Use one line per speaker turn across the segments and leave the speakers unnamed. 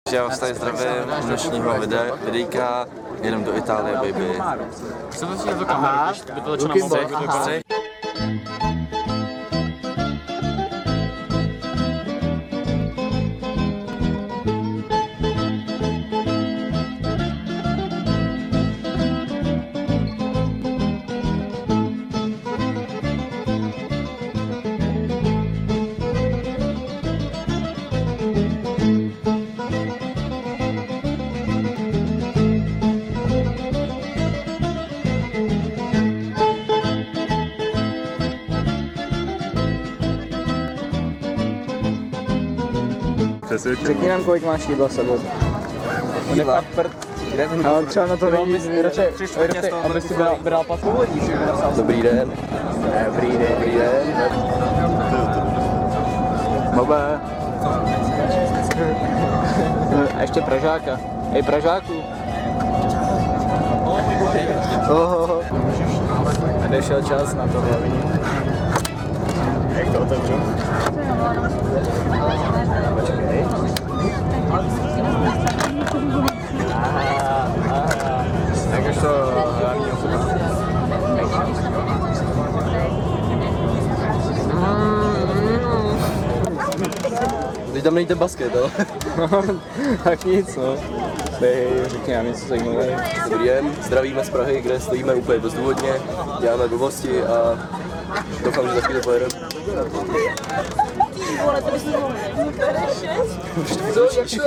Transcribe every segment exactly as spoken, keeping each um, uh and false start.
Já vás tady zdravím u dnešního vide- videjka, jedem do Itálie, baby.
Co to si do kamery, když by to začalo na mobil?
Střih.
Řekni nám, kolik máš jídla s sebou.
Jídla.
Ale třeba na to není, radši, aby si bral, bral pas původní.
Dobrý den.
Dobrý den.
Dobrý den.
Bobe. A ještě Pražáka. Ej, Pražáku. Ohoho. A došel čas na to hlavní. Jak to otevřu? Počkej. Aha, aha. Jak už to hlavní osoba.
Teď tam není ten basket, jo?
Tak nic, no. Dej, řekni nám něco zajímavého.
Dobrý den, zdravíme z Prahy, kde stojíme úplně bezdůvodně, děláme blbosti a doufám, že za chvíli pojedeme.
Vole, to bys mi mohl
Co, jak to?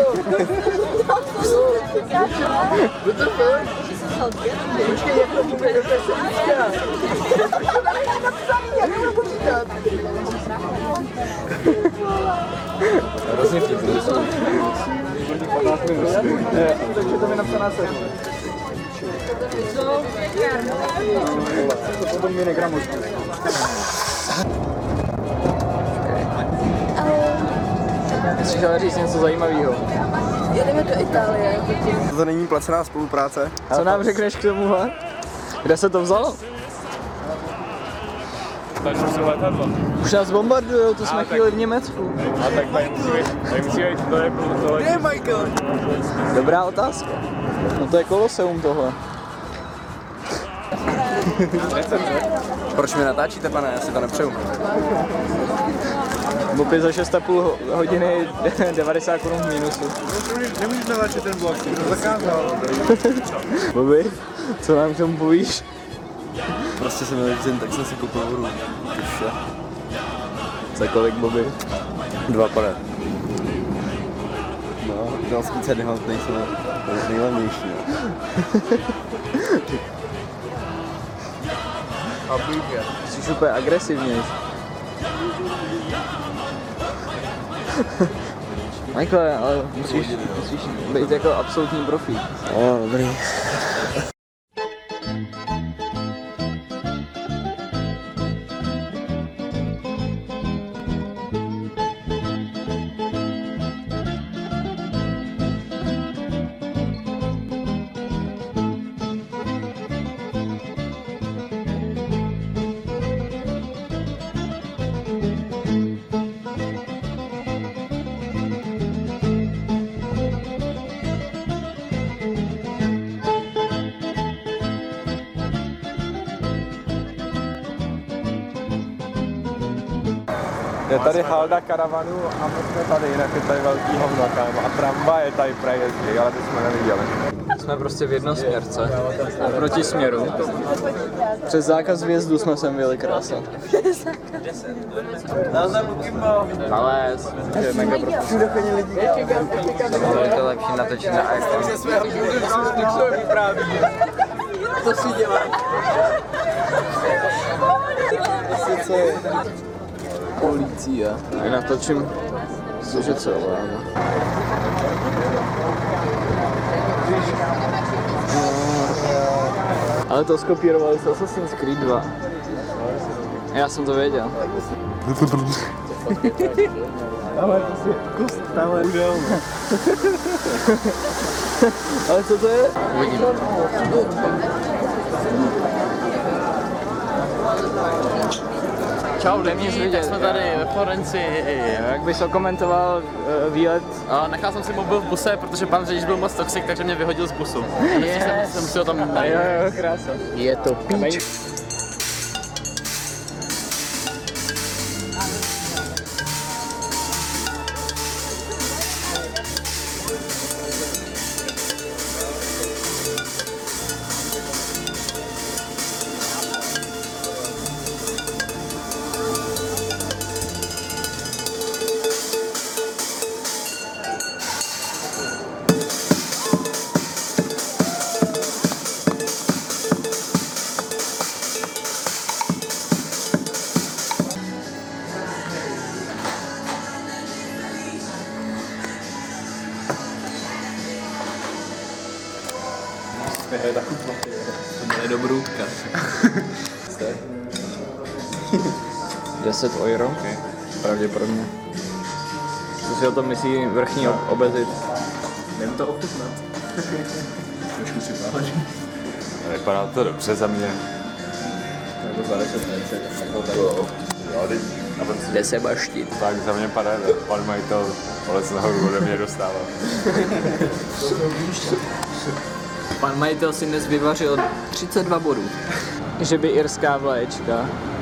What the fuck? Že jsi vzal dvě? Počkej, jak to vůbec se říká? To tady je napsaný, jak to budu počítat.
Hrozně vtipný.
Takže to je napsaná sedm.
Co?
To potom mi negramočku. Jsi chtěla říct něco zajímavého.
Jedeme do Itálie.
To není placená spolupráce.
Co nám řekneš k tomuhle? Kde se to vzalo?
Tady jsou letadlo.
Už nás bombardujou, tu jsme chvíli v Německu.
A tak tady musí být, tady musí být, to je to
Kde je Michael?
Dobrá otázka. No to je Koloseum tohle.
Proč mi natáčíte, pane? Já si to nepřeju.
Bopy za šest a půl hodiny devadesát korun v mínusu.
Nemůžeš natáčet ten blog, to zakázal.
Bobby, co nám k tomu povíš?
Prostě jsem měl den, tak jsem si koupil vodu.
Za kolik, Bobby?
Dva, pane. No, italský ceny hlavně nejsou nejlevnější.
A blíže. Jsi úplně agresivnější. Michael, ale musíš, musíš být jako absolutní profík.
Jo, dobrý.
Je tady halda karavanu a my jsme tady, jinak je tady velký hovno, kámo. A tramvaj je tady prejezdí, ale to jsme neviděli.
Jsme prostě v jednosměrce. Proti směru. Přes zákaz vjezdu jsme sem vyjeli krása. Nalez. Je mega profík.
Je to lepší natočit na iPhone.
To si dělá. Co je? Policia. Já natočím, cože co, láma. Ale to skopírovali z Assassin's Creed dva. Já jsem to věděl. Ale to si kus tamhle udal. Ale co to je? Uvidíme.
Čau
Není
lidi,
vidět,
tak jsme tady ve Florencii.
Jak bys okomentoval uh, výlet?
A nechal jsem si mobil v buse, protože pan řidič byl moc toxic, takže mě vyhodil z busu. Yes. Jsem, jsem si ho tam najít.
Jo, jo, krása.
Je to píč.
To je dobrůdka. deset euro, pravděpodobně. Co si o tom myslí vrchní ob- obezit?
Jdem to ochutnat. Trošku si pávaš.
Vypadá to dobře za mě.
Nebo za deset let.
Jde se baštit.
Tak za mě padá, pan majitel polec nahoru ode mě dostává.
Pan majitel si dnes vyvařil třicet dva bodů. Že by irská vlaječka.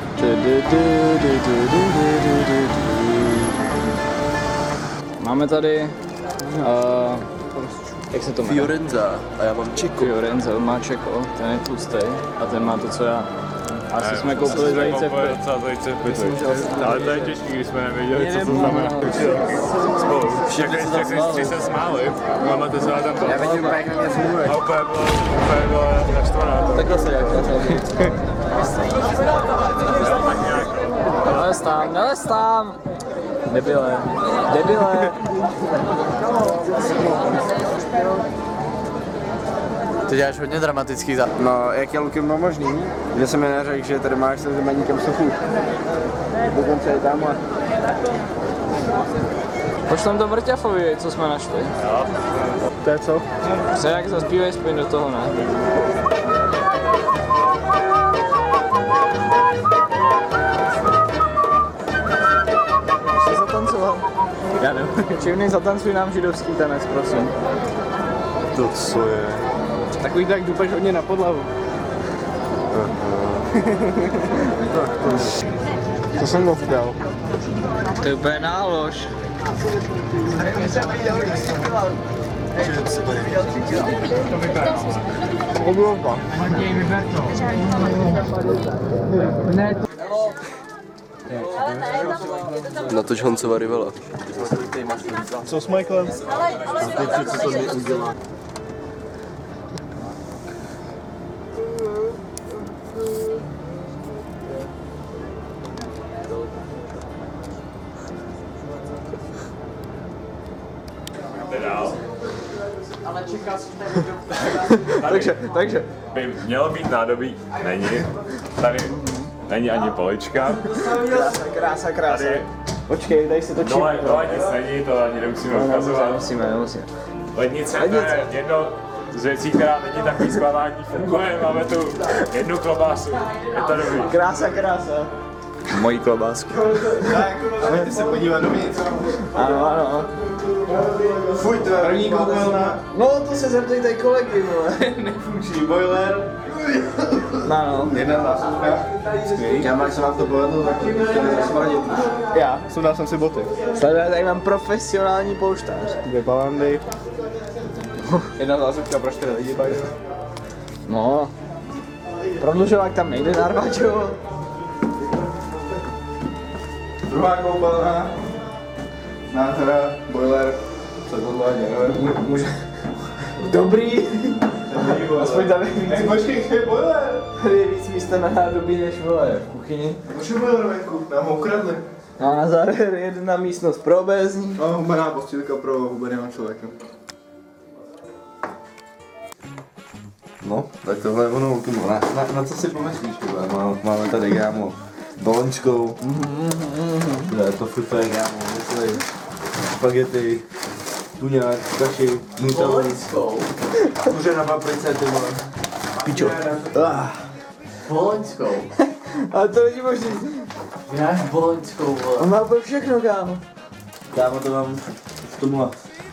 Máme tady, uh, jak se to jmenuje?
Fiorenza a já mám Čeko.
Fiorenza, má Čeko, ten je tlustý a ten má to, co já. Asi jsme koupili zajíce v pět.
zajíce v pět. Ale to je těžký, když jsme nevěděli, co to znamená. Spolu. Všechny tři se smáli. Máme to se tam
Já vidím, jak na mě smůžeš.
A úplně bylo, úplně bylo naštvaná.
Takhle se jak
Nelez tam, nelez tam! Debile, debile.
Ty děláš hodně dramatický za...
No, jak je Luky bylo možný, že jsem mi neřekl, že tady máš se zemaníkem sochu. Dokonce je tamhle.
Pošlem to Vrťafovi, co jsme našli.
To je co?
Se jak zaspívej, spojím do toho, ne? Jsi zatancoval? Já nevím. Čivný, zatancuj nám židovský tanec, prosím.
To co je?
Takový tak dupeš hodně na podlahu. To jsem ho chtěl.
To je úplně nálož.
Oblouka.
Natoč Honcova Rivela.
Co s Michaelem?
takže,
takže.
By mělo být nádobí, není. Tady není ani polička.
Krása, krása, krása.
Tady
Počkej, tady se točí.
dole, dole nic není, to ani nemusíme ukazovat.
Nemusíme, nemusíme.
Lednice, to je jedno z věcí, která není takový skladání, funguje. Máme tu jednu klobásu, je to dobrý.
Krása, krása.
Mojí klobásku.
Tak, pojďte se podívat dovnitř.
Ano, ano.
Fuj, to je první koupelna.
No, to se zeptejte kolegy, vole.
Nefunkční boiler.
No, no.
Jedna zásuvka. Já máš se vám to povedlo, tak to nesmradit. Já, sundal jsem si boty.
Sleduje, tady mám profesionální polštář.
Dvě palandy. Jedna zásuvka pro čtyři lidi, pak.
No. Prodlužovák tam nejde narvat, jo?
Druhá koupelna. Nádhera, boiler. Co to zvládně, nevím.
Může... Dobrý. Aspoň tam je víc,
Počkej, kde je boiler?
tady je víc místa na nádobí než vole v kuchyni.
Už je boiler venku, nám ho ukradli.
No a na závěr jedna místnost pro obézní.
No, hubená postýlka pro hubeného člověka.
No, tak tohle je ono ultimo. Na, na, na co si pomyslíš, tohle? Má, máme tady kámo boloňskou, mm-hmm. to flipe, kámo, myslej, spagety, tuňák, kaši, nutelou, kuře na paprice, ty vole, pičo. Ah.
Boloňskou.
Ale to není možný.
Hráš Boloňskou, vole.
On má úplně všechno, kámo.
Kámo, to mám v tomhle.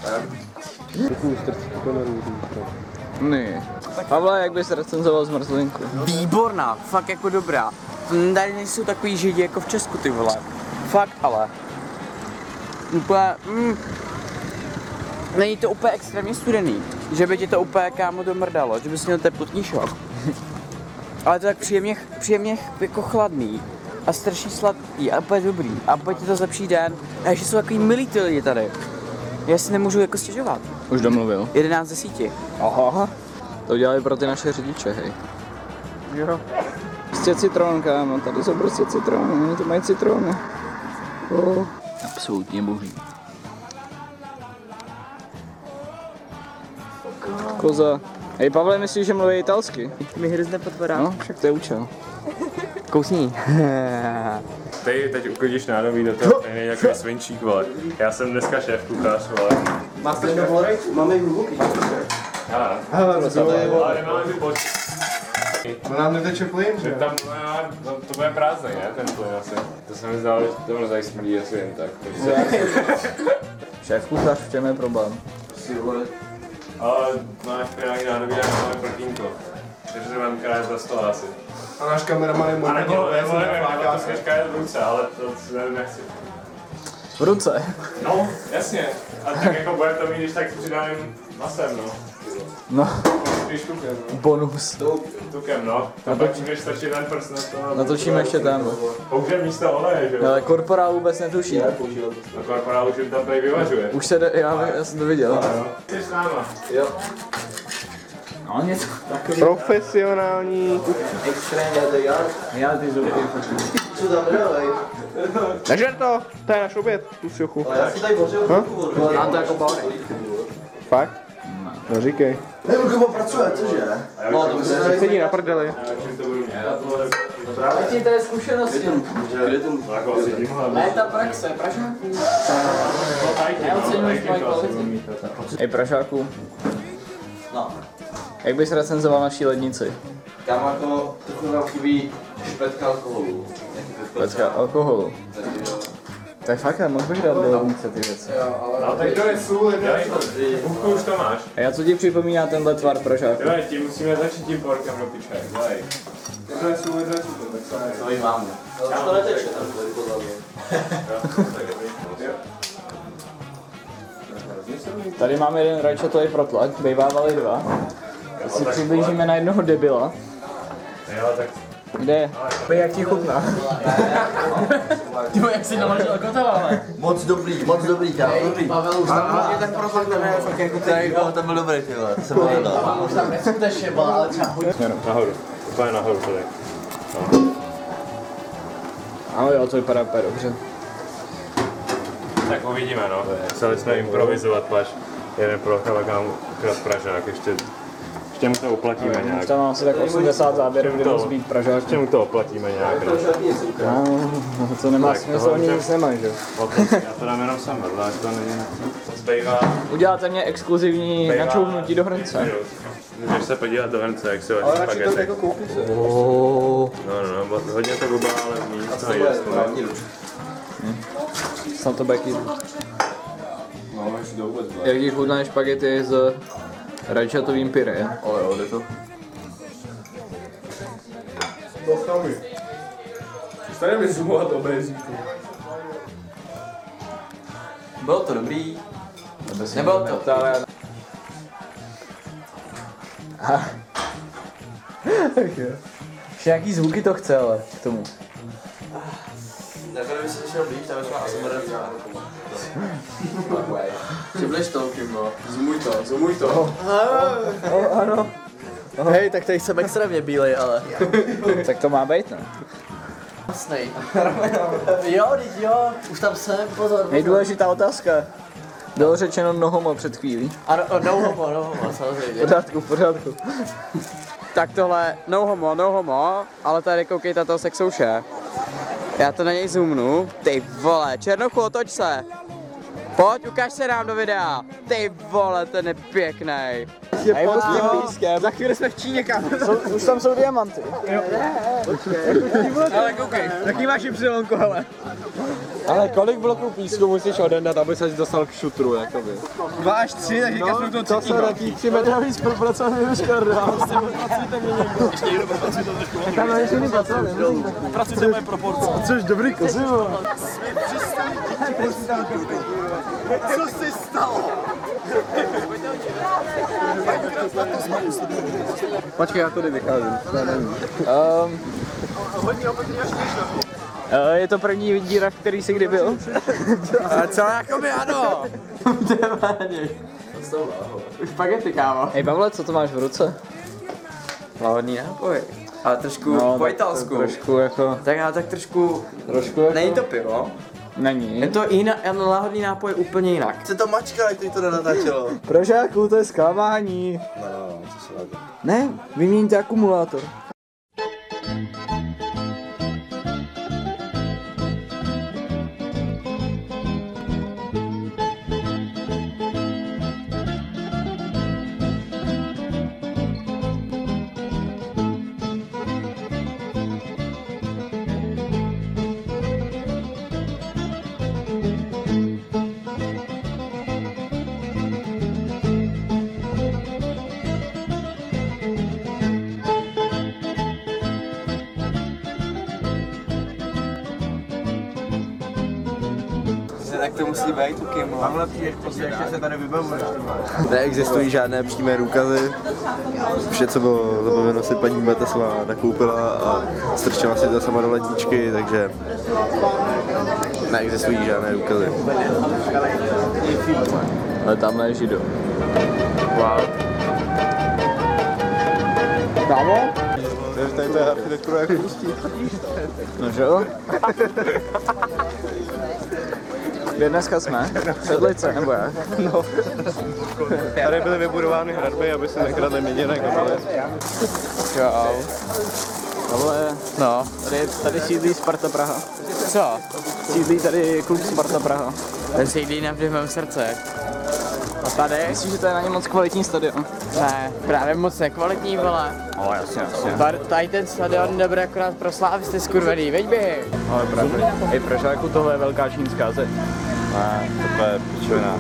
Ne. Pavle, jak bys recenzoval zmrzlinku?
Výborná, fakt jako dobrá. Tady nejsou takový židi jako v Česku, ty vole. Fakt ale. Úplně, mm, není to úplně extrémně studený, že by ti to úplně kámo domrdalo, že bys měl teplotní šok. Ale to tak příjemně, příjemně jako chladný a strašně sladký a úplně dobrý. A úplně ti to zlepší den. A ještě jsou takový milí ty lidi tady. Já si nemůžu jako stěžovat.
Už domluvil.
jedenáct z desíti.
Aha. To dělali pro ty naše řidiče, hej.
Jo.
Prostě citron, kámo, tady jsou prostě citrony, oni to mají citrony. Oh. Absolutně boží. Koza. Hej Pavle, myslíš, že mluví italsky?
Mi hrozně podporá.
No, však to je účel.
Kousní.
Ty teď uklidíš nádobí do toho, stejný jako svinčík, vole. Já jsem dneska šéf kuchař, vole.
Máš to volej? Máme i hluboký.
Aha. Ale nemáme tu počít.
No nám neteče plyn, že?
Tam, no, to bude prázdný, ne, ten plyn asi. To se mi zdálo, že to mrzej smrdí asi jen tak.
Šéf kuchař, v čem je problém?
Ale máš finální nádobí, jak máme prkínko. Takže to mám krát za sto asi.
A náš kameraman je můj.
A nebo, nebo nevím, to skřečka je v ruce, ale to nevím, nechci.
V ruce.
No, jasně. A tak jako bude to mít, když tak s přidaným masem, no.
No,
Když tukem, no.
bonus.
Tukem, no. To pak můžeš stačit ten prst na to.
Natočíme ještě tam.
Použije místo oleje, že jo?
Ale korporál vůbec netuší.
No korporál už jim tam tady vyvažuje.
Už se, do, já, já jsem to viděl.
No. Jsi s náma.
No něco takový.
Profesionální.
Já ty zuby.
Nežer to, to je náš oběd, tu siochu.
Já si tady bořil
Mám to jako baury.
Fakt? No říkej.
Nebudu pracuje, cože? No, to musím tady
Sedí na prdeli.
Jaký to je zkušenosti?
Kde ten...
Ne, ta praxe, pražáků. Neoceňuješ moje kvality. Hej pražáků.
No.
Jak bys recenzoval naší lednici?
Tam jako trochu nám chybí špetka alkoholu.
Špetka alkoholu. To je fakt, moc bych dát do lednice ty věci.
No tak to je sůl, Bůhku už to máš.
A já co ti připomíná tenhle tvar pražáku?
Jo, tím musíme začít tím porkem do piče, daj. To je sůl, to je sůl, tak to je.
To jí máme. Ale to neteče tam, tady podle mě.
Tady máme jeden rajčatový protlak, bývávali dva. Teď si přiblížíme na jednoho debila.
Jo, tak
Kde je? Jak ti chutná?
Ty jak jsi naložil kotela, ale.
Moc dobrý, moc dobrý, kámo. Dobrý.
Pavel už tam
Je tak proto, ten je fakt jako tady, ten byl dobrý, ty vole, to jsem hledal.
už tam neskutečně byl, ale třeba hodně.
nahoru, úplně nahoru tady.
Ano jo, to vypadá úplně dobře.
Tak uvidíme, no. Museli jsme improvizovat, pač. Jeden prochal, kam krát pražák, ještě, ještě mu to uplatíme nějak.
Už tam mám asi tak osmdesát záběrů, kde moc být pražák.
Ještě mu to uplatíme nějak.
No, to nemá smysl, oni nic nemají, že?
Já to dám jenom sem, vedle, to není. Zbývá.
Uděláte mě exkluzivní načouhnutí do hrnce.
Můžeš se podívat do hrnce, jak se vaří spagety.
jako koupit se.
Oh.
No, no, no, hodně to gubá, ale méně z toho jíst.
Snad to beky.
No, ještě to vůbec bylo.
Jak ti chutná špagety s rajčatovým pyré?
Ale jo, jde to.
Dostal mi. Stane mi zoomovat obézíku.
Bylo to dobrý. Nebylo to.
Ještě jaký zvuky to chce, ale k tomu.
Takhle by si šel blíž, tam jsme asi bude třeba. Přibliž to, Kimbo. Zoomuj to, zoomuj to.
Ano.
Hej, tak tady jsem extrémně bílej, ale.
Tak to má být, ne?
Jasnej. Jo, teď jo, už tam jsem, pozor.
Nejdůležitá otázka. Bylo řečeno no homo před chvílí.
Ano, no homo, no homo,
V
samozřejmě.
pořádku, v pořádku.
Tak tohle, no homo, no homo, ale tady koukejte to sexouše. Já to na něj zoomnu. Ty vole, Černochu, otoč se. Pojď, ukaž se nám do videa. Ty vole, ten je pěknej.
prostě pod tím
pískem.
Za chvíli jsme v Číně, kam.
Už tam jsou diamanty.
Ale koukej, jaký máš Y, hele.
Ale kolik bloků písku musíš odendat, aby ses dostal k šutru, jakoby?
Dva až tři, tak říkáš no,
To jsou taký tři metrový spolupracovný vyškardá. Pracujte mě někdo. Ještě někdo pracuje to trošku. Tam ještě jiný pracovali. Pracujte moje proporce. Což dobrý kozy, vole.
Co se stalo?
Počkej, já tady vycházím. Um, je to první díra, v který jsi kdy byl?
A co, jakoby ano. Špagety, kámo.
Hej Pavle, co to máš v ruce?
Lahodný nápoj. Ale trošku
No,
po
tak
italsku.
Trošku jako...
Tak ale tak trošku...
Trošku jako...
Není to pivo.
Není.
Je to jiná, lahodný nápoj úplně jinak.
Co to mačka, který to nenatáčelo?
Pro žáků to je zklamání.
No, no, co se láká.
Ne, vyměňte akumulátor.
Tak to musí být, Kimo.
Pavle, přijdeš prostě, ještě se tady vybavuješ.
Neexistují žádné přímé důkazy. Vše, co bylo zabaveno, si paní Matesová nakoupila a strčila si to sama do ledničky, takže neexistují žádné důkazy.
Ale tamhle je Žido.
Wow. Kámo?
Tady to je architektura jako pustí.
No že jo? Kde dneska jsme? Předlice, nebo jak?
No. Tady byly vybudovány hradby, aby se nekradly měděné kameny.
Čau. Tohle,
No.
tady, tady sídlí Sparta Praha.
Co?
Sídlí tady klub Sparta Praha.
Ten se jdí navždy v mém srdce.
A tady? Myslím, že to je na ně moc kvalitní stadion.
Ne, právě moc nekvalitní, vole.
No jasně, jasně.
Tady, tady ten stadion dobrý akorát pro slávy, jste skurvený, veď by.
Ale právě. Hej, pro žáku tohle je velká čínská zeď.
Ne, tohle je pičovina.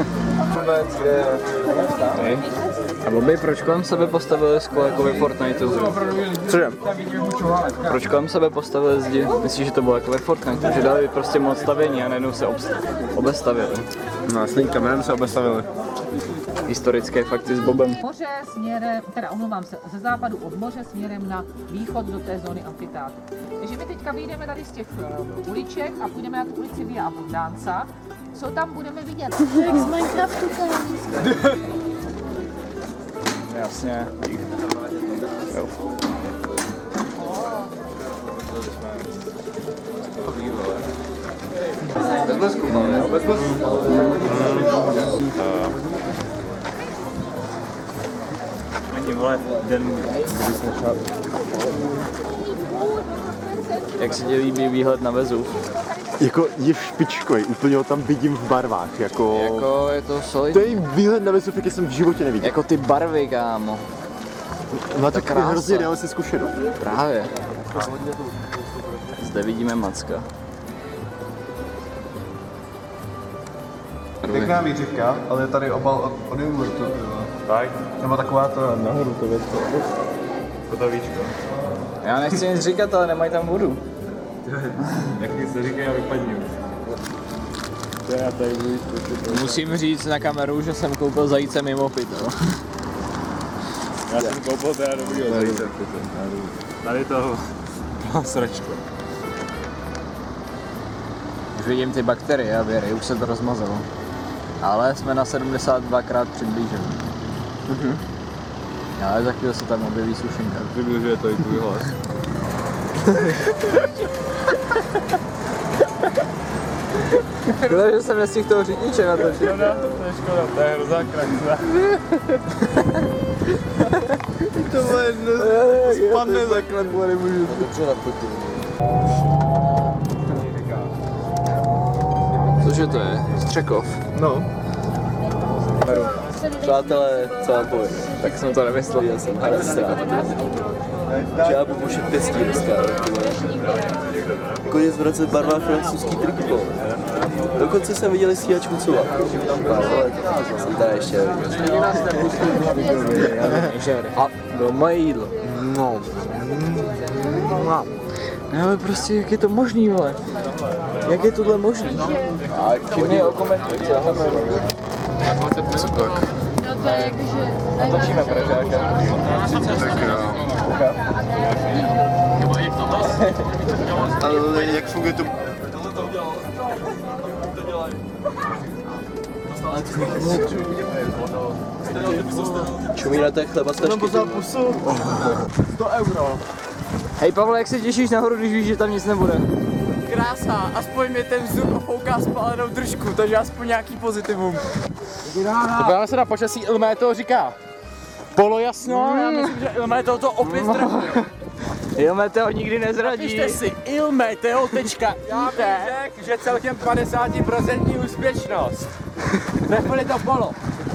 Hej. A Bobby, proč kolem sebe postavili sklo jako ve Fortniteu?
Cože?
Proč kolem sebe postavili zdi? Myslíš, že to bylo jako ve Fortniteu? Že dali prostě moc stavění a najednou se obst- obestavili.
No, s tím kamenem se obestavili.
Historické fakty s Bobem.
Moře směrem, teda omlouvám se, ze západu od moře směrem na východ do té zóny amfiteátru. Takže my teďka vyjdeme tady z těch uh, uliček a půjdeme na tu ulici Via Abundanza. Co tam budeme vidět? Jak z Minecraftu
Jasně. Jo.
Bez blesku, no, jo, bez blesku.
Ani vole, den, kdy jsme šel.
Jak se ti líbí výhled na Vezuv?
Jako je špičkový, úplně ho tam vidím v barvách, jako...
Jako je to
To
solidní.
je výhled na Vezuv, jaký jsem v životě neviděl.
Jako ty barvy, kámo.
No tak je
krása.
hrozně reálně zkušeno.
Právě. Zde vidíme Macka.
Pěkná výřivka, ale je tady obal od, od jogurtu.
Tak?
Nebo taková to nahoru to věc.
To ta víčko.
Já nechci nic říkat, ale nemají tam vodu.
Jak nic neříkej a vypadni. To já tady budu
Musím říct na kameru, že jsem koupil zajíce mimo pytel.
Já jsem koupil teda dobrýho zajíce. Tady toho. Sračko.
Už vidím ty bakterie a věry, už se to rozmazalo. Ale jsme na sedmdesát dva krát přiblíženi. Mhm. Ale za chvíli se tam objeví sušenka.
Přibližuje to i tvůj hlas.
Škoda, že jsem nestihl toho řidniče natočit.
Škoda, to je škoda, to je hrozná kraksa.
To bylo jedno, spadne takhle, bo nemůžu to třeba fotit.
Cože to je? Střekov.
No.
Přátelé, co vám povím?
Tak jsem to nemyslel.
Já jsem harcista. Že já budu mušet pěstí dneska. Konec v roce barva francouzský triko. Dokonce jsem viděl stíhačku Cuva. Jsem tady ještě neviděl.
A bylo moje jídlo.
No.
Ne, ale prostě jak je to možný, vole? Jak je tohle možný?
A
Ty mi okomentuj, co já
Co tak?
No to je jakože...
Natočíme pražáka.
Tak jo. Ale jak funguje to?
čumí na té chleba stačky.
sto euro.
Hej Pavle, jak se těšíš nahoru, když víš, že tam nic nebude?
Krása, aspoň mi ten vzduch ofouká spálenou držku, takže aspoň nějaký pozitivum.
Podíváme se na počasí, Ilméto říká polojasno, já myslím, že Ilméto to opět zdrží.
Jo, Meteo nikdy nezradí.
Pište si ilmeteo tečka
Já bych řekl, že celkem padesát procent úspěšnost. Trefili to polo.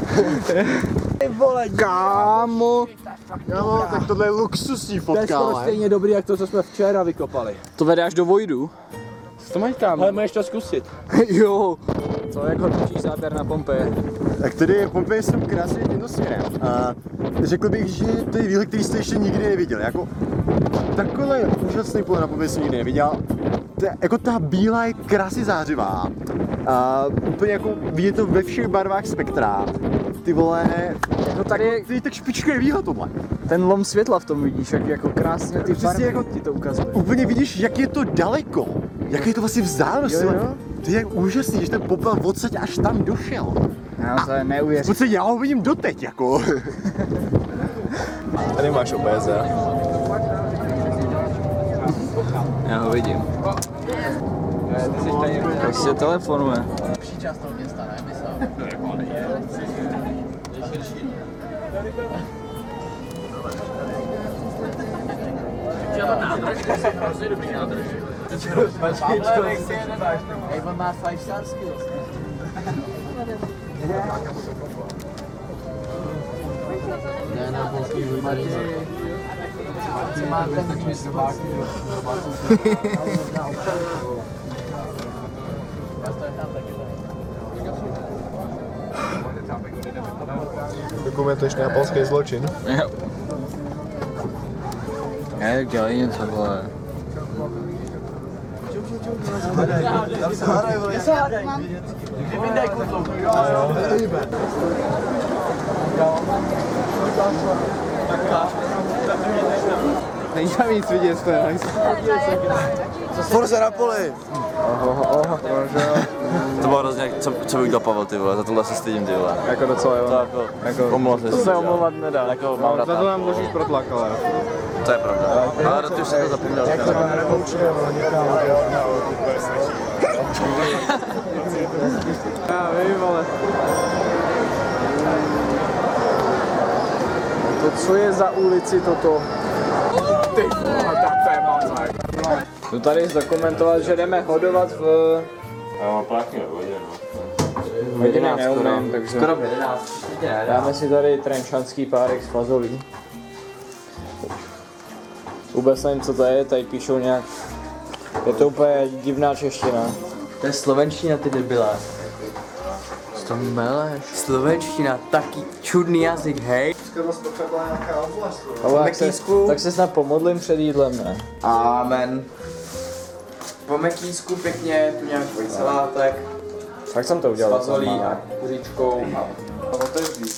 Kámo.
Jo, tak tohle je luxusní fotka, ale.
Stejně dobrý, jak to, co jsme včera vykopali.
To vede až do Vojdu.
to mají tam.
Ale můžeš to zkusit.
Jo. Co, jak hodnotíš záběr na Pompeje?
Tak tady Pompeje jsem krásně tímto směrem. A řekl bych, že to je výhled, který jste ještě nikdy neviděl. Jako takhle úžasný pohled na Pompeje jsem nikdy neviděl. Ta, jako ta bílá je krásně zářivá. A úplně jako vidět to ve všech barvách spektra. Ty vole,
No tady je
ty tak špičkový výhled tohle.
ten lom světla v tom vidíš, jak jako krásně ty
Přesně
barvy
jako-
ti to ukazuje.
Úplně vidíš, jak je to daleko. Jak je to vlastně vzdálenost.
Jo, jo.
To je jak úžasný, že ten popel odsaď až tam došel.
No, to je
V
neuvěřitelné.
podstatě já ho vidím doteď, jako.
Tady máš obéze.
Já ho vidím. Tak se telefonuje.
On má five star skills.
Dokumentuješ neapolský zločin?
Jo. Ne, tak dělej něco, vole.
Není tam nic vidět, to je nice.
Forza Napoli!
To bylo hrozně, co, co bych dopavil, ty vole, za tohle se stydím, ty vole.
Jako docela jo.
To jako,
Jako,
omlouvám se.
to se omlouvat nedá.
Jako, mám rád
Za to
na-
nám dlužíš protlak, ale.
To je pravda. Ale do už jsem to zapomněl.
Já vím, ale.
To co je za ulici toto? Ty vole, tak to je mazaj. Tu tady zdokumentovat, že jdeme hodovat v...
Já mám plákně ve vodě, no.
V hodinách neumím, takže...
Skoro v jedenáct.
Dáme si tady trenčanský párek s fazolí. Vůbec nevím, co to je, tady píšou nějak... Je to úplně divná čeština.
To je slovenština, ty debile.
Co to meleš?
Slovenština, taky čudný jazyk, hej.
Ale tak se,
Mekýsku.
tak se snad pomodlím před jídlem, ne?
Amen. Po mekýsku pěkně, tu nějaký salátek,
Tak jsem to
s
udělal.
fazolí
normálně.
a kuříčkou a a otevří.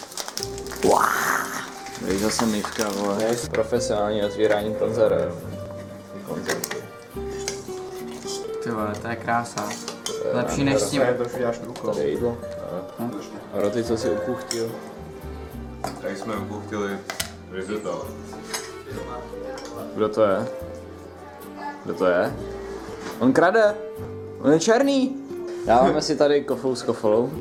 Víš, zase mívka, vole. Profesionální otvírání konzerv. Konzervy.
Ty vole, to je krása. Lepší než s tím.
Tady je jídlo. A roty, co si ukuchtil.
Tak jsme upuchtili risotto.
Kdo to je? Kdo to je? On krade! On je černý! Dáváme si tady kofou s kofolou.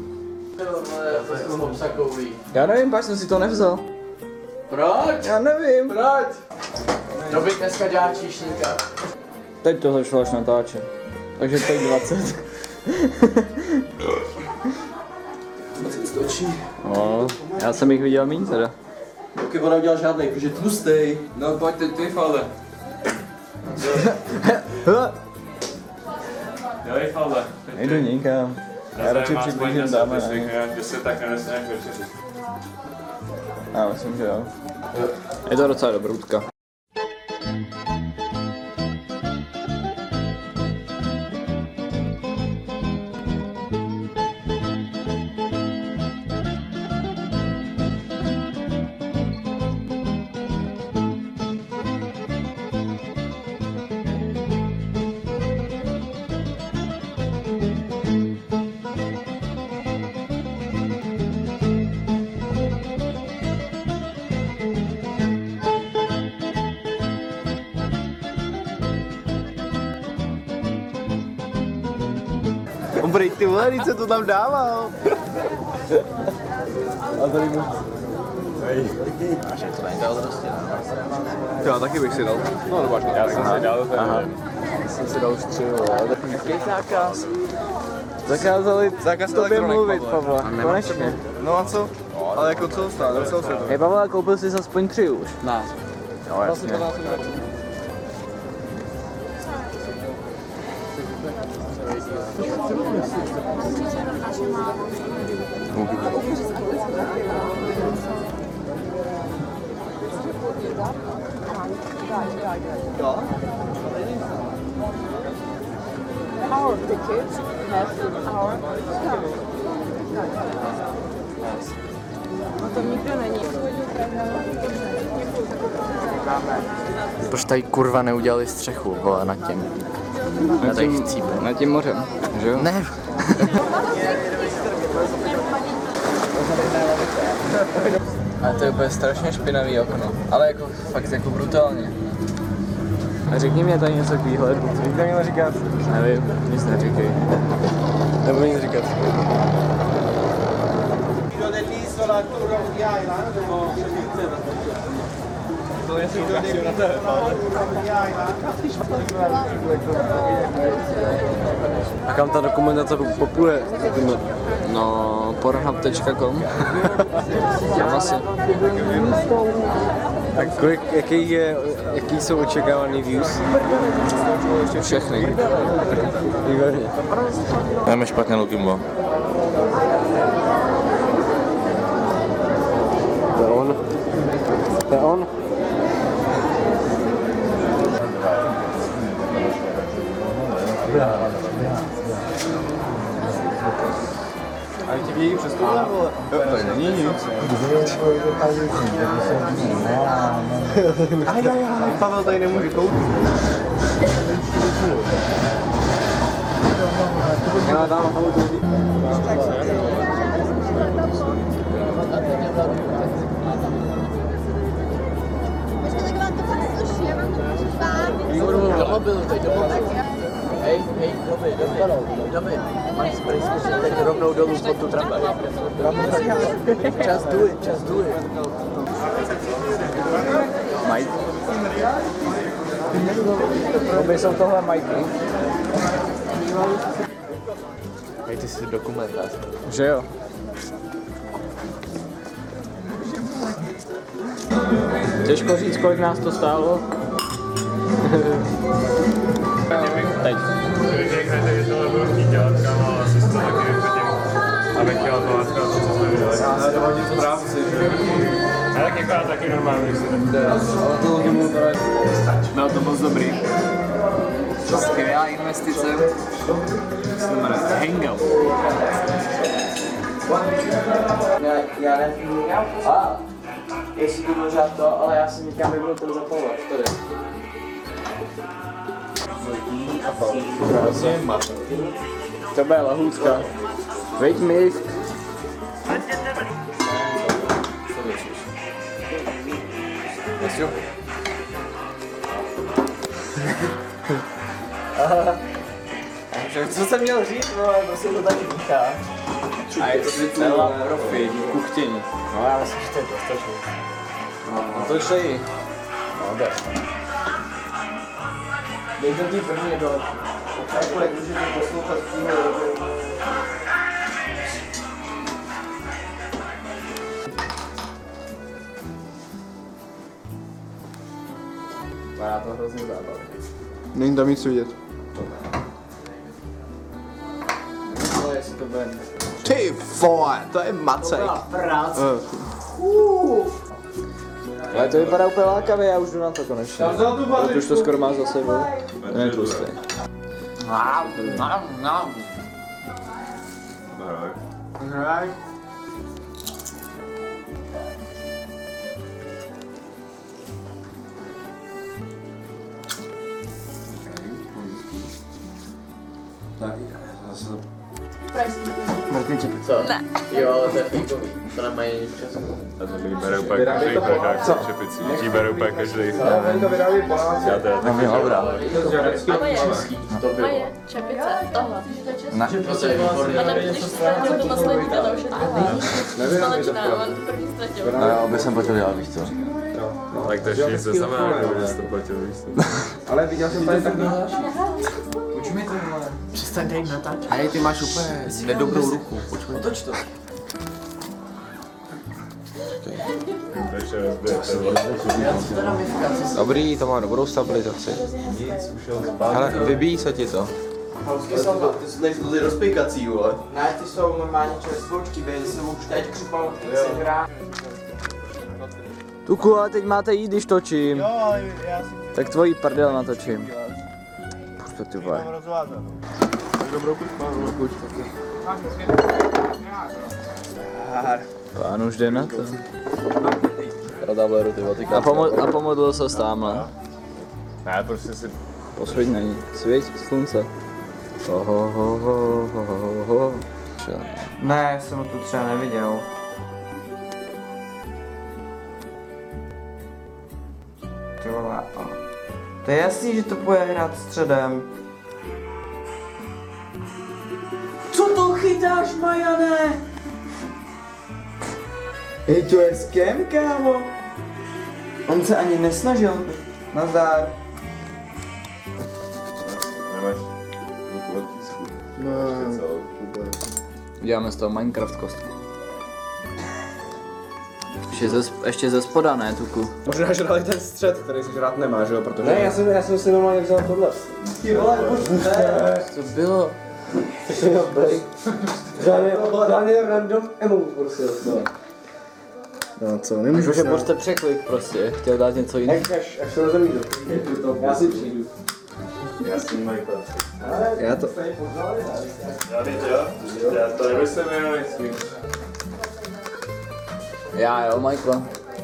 Já nevím, pak jsem si to nevzal.
Proč?
Já nevím.
Proč? To by dneska dělá číšníka.
Teď to začalo až natáčet. Takže teď dvacet.
nejlepší.
No, já jsem jich viděl méně teda.
Taky on neudělal žádnej, protože tlustej.
No pojď ty, ty fale.
Dělej falda.
Nejdu nikam. Já radši přiblížím dáme na ně.
Že se tak nedostaneš večeři.
Já myslím, že jo. Je to docela dobroutka.
Obrej, ty vole, když se to tam dával. A tady mu... Já taky bych si dal. No, nebo já jsem si dal. Aha.
Já jsem si dal už tři, ale
Jaký zákaz?
zakázali
Zákaz
tobě
elektronik,
mluvit,
Pavle.
Pavle. Konečně.
No a co? Ale jako co stát, docel se to.
Hej Pavle, koupil jsi aspoň tři už?
Ne.
Jo, jasně.
Our tickets have our No to nikdo není.
Proč tady kurva neudělali střechu, vole, nad tím?
Na tím, na tím mořem, že jo?
Ne.
Ale to je úplně strašně špinavý okno, ale jako fakt jako brutálně. A řekni mi tady něco k výhledu.
Co bych tam měl říkat?
Nevím, nic neříkej.
Nebo nic říkat.
A kam ta dokumentace popuje? No, pornhub tečka com. Tam asi.
Tak kolik, jaký, je, jaký jsou očekávaný views?
Všechny.
Výborně.
Máme špatně Lukimbo.
To je on. To je on. Ale ti vědí přes tohle, vole. Jo, tady není nic. Aj, aj, aj, Pavel tady nemůže koupit. Já dám auto.
Hej, hej, doby, doby, doby, máš sprejsku, teď rovnou dolů pod tu tramvaj. Just do it, just do it. Mike? Doby jsou tohle Mikey.
Hej, ty jsi dokumentář.
Že jo? Těžko říct, kolik nás to stálo. Teď.
Když řeknete, že tohle budu chtít dělat, kámo, ale asi to taky vychodím. Abych dělal to látka, co jsme vydali.
Já nedohodím správci, že?
A tak jako já taky normálně, když se
Ale to lidi mu teda...
Byl to moc dobrý. Skvělá investice. Se to jmenuje Hangout.
Já, já nevím, a jestli to možná to, ale já jsem nikam nebyl ten zapalovat, to je.
To bude lahůdka. Veď mi.
Co jsem měl říct, no, ale prostě to taky dýchá.
A je to celá profi v kuchtění.
No já myslím, že to je dostačující.
No to šli.
No jde. Dej to tý první do... Jako jak můžete poslouchat v tímhle době.
Vypadá to hrozně zábavně.
Není tam nic vidět.
Ale jestli to bude...
Ty vole, to je macek.
Práce.
Uh.
Ale to vypadá úplně lákavě, já už jdu na to konečně. Protože už to skoro má za sebou. To je tlustý.
Tak, zase
Co? Ne. Jo, ale to je fíkový. To nemají v Česku.
A to mi bere úplně každý pechák s čepicí. Ti bere úplně každý. Já to je taky dobrá.
To bylo.
Moje čepice, tohle.
Na čepice je výborný.
A tam, když ztratil to poslední, to už je druhá. Společná, on to první ztratil.
A já bych jsem platil já, víš co?
Tak to ještě nic neznamená, že jsi to platil, víš co?
Ale viděl jsem tady takový.
Počuj to, vole.
Přestaň tady natáčet.
Hej, ty máš úplně nedobrou ruku. Počkej.
Otoč to.
To ještě rozbijete.
Dobrý, to má dobrou stabilizaci. Ale vybíjí se ti to.
Ty nejsou ty rozpejkací, vole.
Ne, ty jsou normálně čerstvoučky, bej, jsem už teď křupal, když se hrá. Tuku, ale teď máte jít, když točím.
Jo, ale já si...
Tak tvojí prdel natočím. Pušť to, ty vole.
Dobrou chuť, má dobrou chuť.
Pán už jde na to.
Radableru, ty vatikánské.
A, pomo- a pomodlil se tamhle.
Ne, prostě si...
Posvěť na ní. Svěť slunce. Oho, ho, ho, ho, ho, ho. Ne, jsem ho tu třeba neviděl. Ty vole, a... To je jasný, že to bude hrát středem. Co to chytáš, Majane? Hej, to je scam, kámo. On se ani nesnažil. Nazdar.
Nemáš ruku od tísku.
No,
Děláme z toho Minecraft kostku. Ještě ze, ještě ze spoda, ne, Tuku?
možná žrali ten střed, který si žrát nemá, že jo, protože...
Ne, já jsem, já jsem si normálně vzal tohle. Ty vole,
Co bylo?
žádný, žádný random emote prostě.
No co, nemůžu
Už možte překlik prostě, chtěl dát něco jiného.
Až, až, až se rozumí to. Já si přijdu.
Já jsem Michael.
Já to...
Já teď jo? Já to nemyslím jenom jestli.
Já jo, Michael.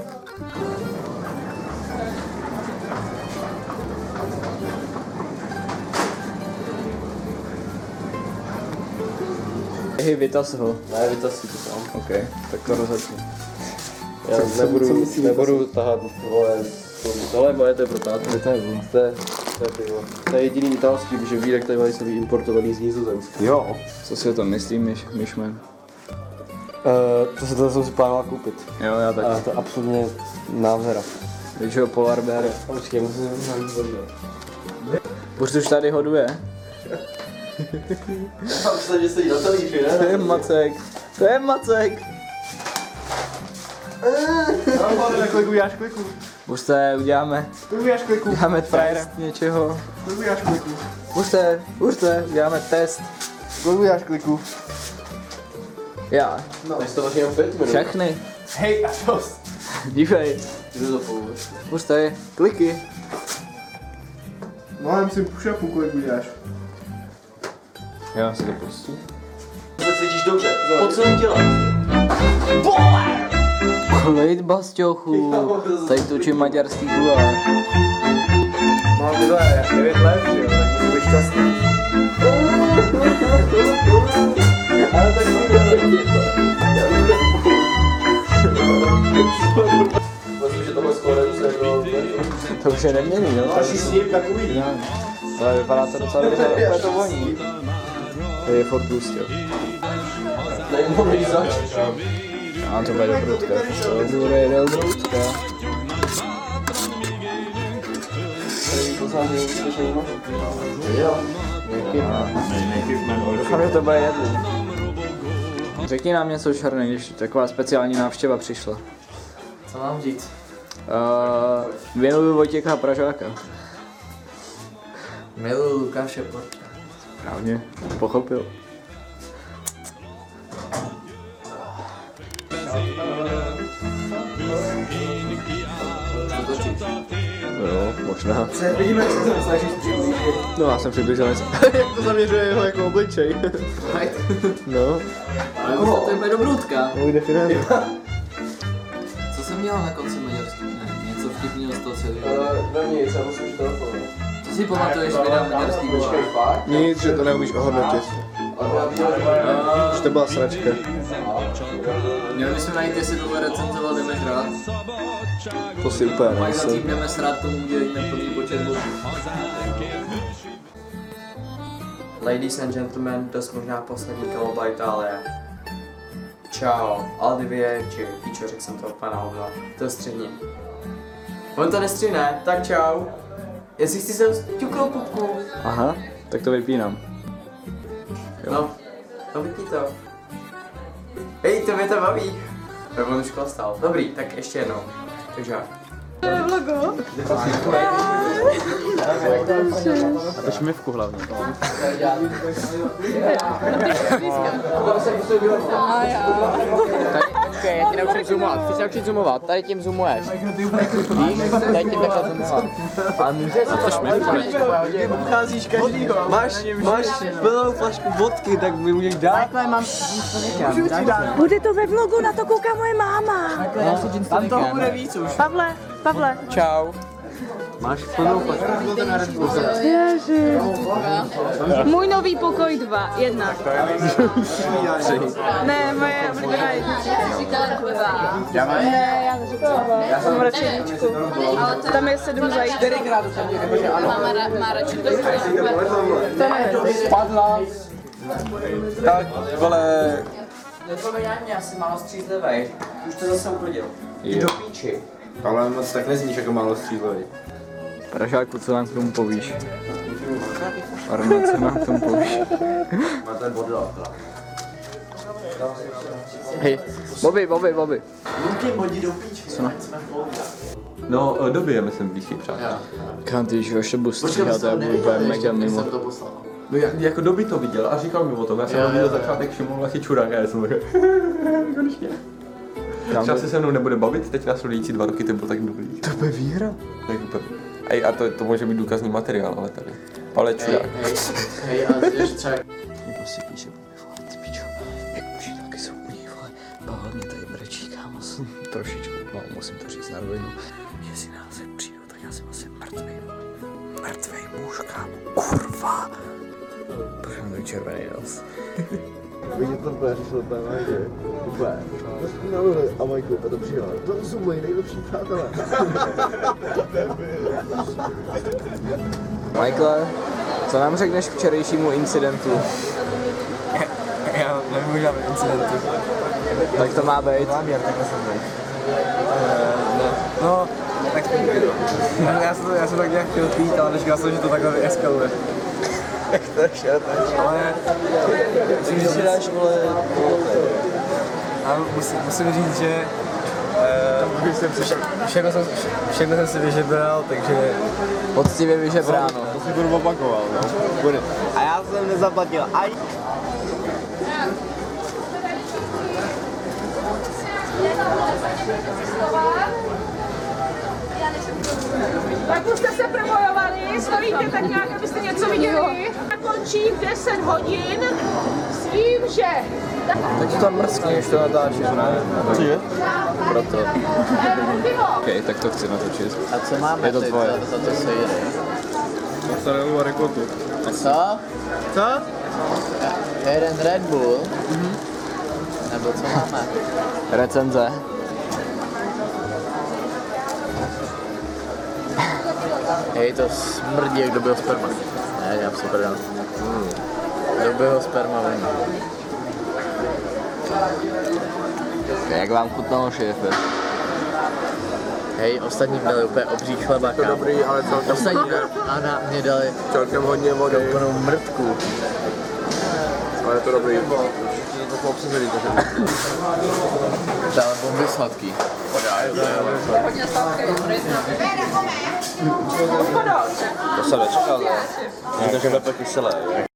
Hej, vytaz ho.
Ne, vytaz si to tam.
OK, tak to rozhodnu.
Já nebudu, nebudu tahat, vole, tohle je moje, to je pro tátu.
To je vůl.
To je, to je pivo. To je jediný italský, že výrek tady jsou importovaný z Nizozemska.
Jo.
Co si o tom myslí, myš, myšmen?
Uh, to se to jsem si plánoval koupit.
Jo, já taky.
A to je absolutně nádhera.
Víš, ho Polar Bear.
Počkej, musím se na výborně.
Už už tady hoduje.
A už se, že stojí na talíři, ne?
To je Macek. To je Macek.
Kliku, jáš kliku.
Už se uděláme,
Kliku, jáš kliku.
uděláme test něčeho.
Kliku, jáš kliku.
Už se, už se, uděláme test.
Kliku, jáš kliku.
Já.
No. Takže to vlastně jenom pět minut.
Všechny.
Hej, a dost.
Dívej.
Jdu za půl.
Už se, kliky.
No, já myslím push-upu, kliku, jáš.
Jo, si to pustím.
Se cítíš dobře. Po celém těle.
Klid, basťochu. Tady točím maďarský guláš.
Mám tyhle devět let, že jo, tak musím být šťastný.
Ale tak myslím, že tohle skoro se jako...
To už je neměný, jo?
Další sníh, tak uvidím.
Ale vypadá to docela dobře, ale to voní. To je furt tlustě.
Nejmluví zač.
A to bude dobroutka. To bude dobroutka.
Jo.
Doufám, že to bude jedli. Řekni nám něco, Čarný, když taková speciální návštěva přišla. Co mám říct?
Uh, miluju Vojtěcha Pražáka.
Miluju Lukáše Porta.
Správně, pochopil. No, možná.
Vidíme, jak se snažíš přiblížit.
No, já jsem přibliženec.
Jak to zaměřuje jeho jako obličej.
No.
Ale to je úplně dobrůdka.
Můj definant.
Co jsem měl na konci maďarský? Ne, něco vtipného z toho celého.
No nic, já musím už telefon.
Co si pamatuješ, že vydám maďarský
Počkej, fakt?
Nic, že to neumíš ohodnotit. Už to byla sračka.
Měli bychom najít, jestli tohle recenzoval Demetra.
To si úplně
Pak
nemyslím.
zatím jdeme srát, tomu udělíme plný počet bodů. Ladies and gentlemen, to je možná poslední koloba Itálie. Čau, Aldivieci, píčo, řekl jsem to pana Hovna. To je střední. On to nestřihne, tak čau. Jestli jsi se ťuknul pupku.
Aha, tak to vypínám.
No, no vypni to. Hej, to mě to baví. Tak on už klastal. Dobrý, tak ještě jednou. Takže
Vlogu.
A šmivku hlavně.
A já.
Počkej, já ti naučím zoomovat. Chci se naučit zoomovat. Tady tím zoomuješ. Víš? Tady tím takhle zoomovat. A to šmivku.
Obcházíš každýho. Máš, máš plnou flašku vodky, tak mi můžeš dát.
Takhle mám
Bude to ve vlogu, na to kouká moje máma.
Tam toho bude víc už.
Pavle, Pavle.
Čau.
Máš plnou flašku.
Ježi. Můj nový pokoj dva, jedna. Ne, moje oblíbená jednička. Ne, já neříkám. Já jsem radši jedničku. Tam je sedm zajíc. Má radši to
Spadla.
Tak, vole.
nepomeň mě, asi málo střízlivej. Už to zase uklidil. Do píči.
Ale moc tak nezníš jako málo střízlivý.
Pražáku, co nám k tomu povíš? Arno, co nám k tomu povíš?
Má ten bodl.
Hej, Bobby, Bobby, Bobby.
Co na? No, dobijeme jsem blízký přátel.
Kam ty, že ještě budu stříhat, já budu úplně mega mimo.
No jak, jako doby to viděl a říkal mi o tom, já jsem viděl začátek všiml vlastně čurák a já jsem takový konečně. Třeba se se mnou nebude bavit, teď následující dva roky to bylo tak dobrý.
To bude výhra.
Tak úplně. Ej, a to, to může být důkazní materiál, ale tady. Ale čurák.
Hej, ale jsi třeba...
Nebo si píše, vole, ty pičo, jak muži taky jsou u ní, vole, Pavel mě tady brečí, kámo, trošičku, no, musím to říct na rovinu. Jestli nás sem přijdu, tak já jsem asi mrtvej, mrtvej muž, kámo, kurva. Proč mám takový červený nos?
Vidět to úplně řešil úplně Majky. Úplně. Naluhli a Majku úplně to přijala. To jsou moji nejlepší přátelé.
Michael, co nám řekneš k včerejšímu incidentu?
Já nevím žádný incidenty.
Tak to má být.
Záměr, takhle jsem byl. No, tak já jsem, já jsem tak nějak chtěl pít, ale nečekal jsem, že to takhle vyeskaluje. Jak to šel, ale musím říct, že dáš, vole, a musím, musím říct, že uh, všechno, jsem, všechno jsem si vyžebral, takže
Poctivě vyžebráno.
To si budu opakoval, no. Bude. A já jsem nezaplatil. Aj.
Tak už jste se probojovali, stojíte tak nějak, abyste něco viděli. Končí v deset hodin s tím, že...
Tak to tam mrzký, než to natáčíš, ne?
Cože?
Proto. OK, tak to chci natočit.
A co máme
Je to
teď
tvoje.
za, za to sejry?
Mozzarellu a ricotta.
A co?
Co?
Jeden Red Bull? Mhm. Nebo co máme?
Recenze.
Hej, to smrdí, jak dobil sperma. Ne, dělám si prdel. Mm. Dobil sperma ven.
Jak vám chutnalo, šéfe?
Hej, ostatní dali úplně obří chleba,
to
kámo.
dobrý, ale celkem
Ostatní dali, a na mě dali
celkem hodně vody.
úplnou mrtku.
Ale je to dobrý.
to bylo přezený, takže...
Dále bomby sladký.
Hodně sladký,
To jsem nečekal, ne? Takže bude kyselé.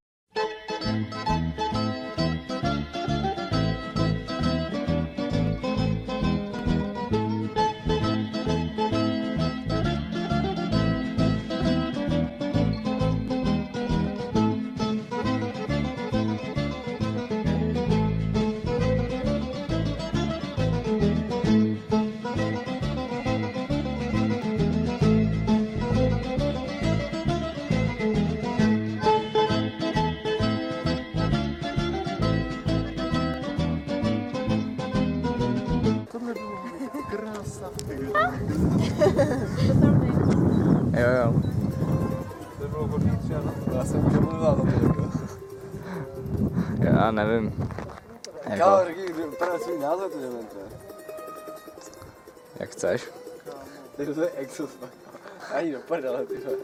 Jo, jo.
To bylo hodný třeba, já jsem už mluvil za to.
Já nevím. Jako,
Kámo, řekni, vypadá svůj název to demente.
jak chceš.
Ty to je exos, ani do prdele, ty vole.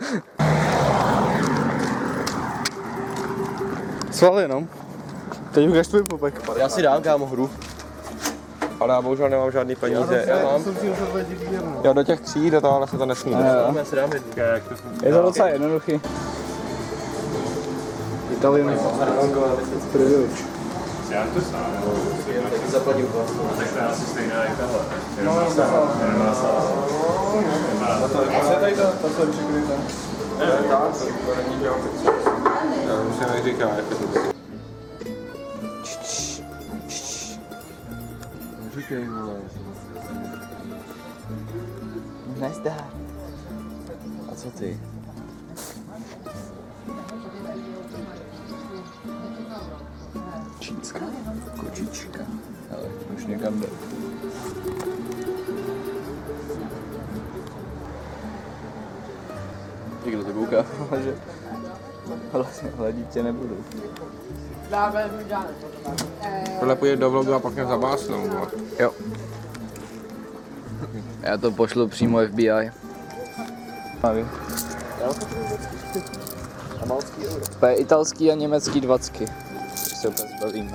Svaly, no. Teď ukáž tvůj popek.
Já si dám, kámo, hru.
Ale já bohužel nemám žádný peníze. Já mám. Jo, do těch tří, do toho se to nesmí.
Já si dám jednu.
Je to docela jednoduchý. Italian privilege.
Já to sám.
Taky zaplatím to.
Tak to je asi stejná jak tahle. Jenom má sála. Jenom má sála.
Co je tady to? To jsou přikryté.
Já už jsem neříkal, jak to bude.
Říkej, vole.
Nezdá. A co ty? Čínská kočička. Ale už někam jde.
Někdo to kouká.
že vlastně hledit tě nebudu.
Tohle půjde do vlogu a pak mě zabásnou.
Jo. Já to pošlu přímo F B I. To je italský a německý dvacky. Se úplně zbavíme.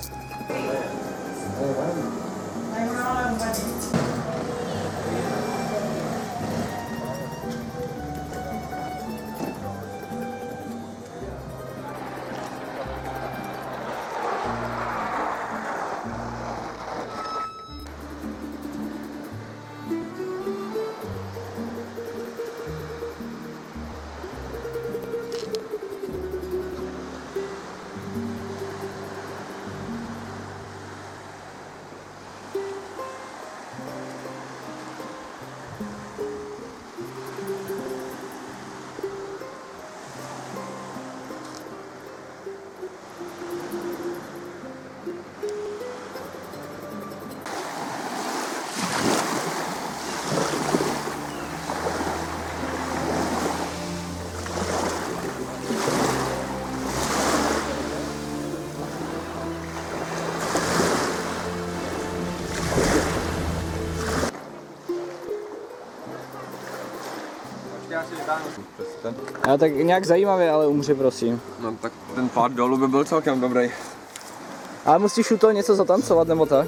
Já tak nějak zajímavě, ale umři prosím.
No tak ten pád dolů by byl celkem dobrý.
Ale musíš u toho něco zatancovat nebo tak?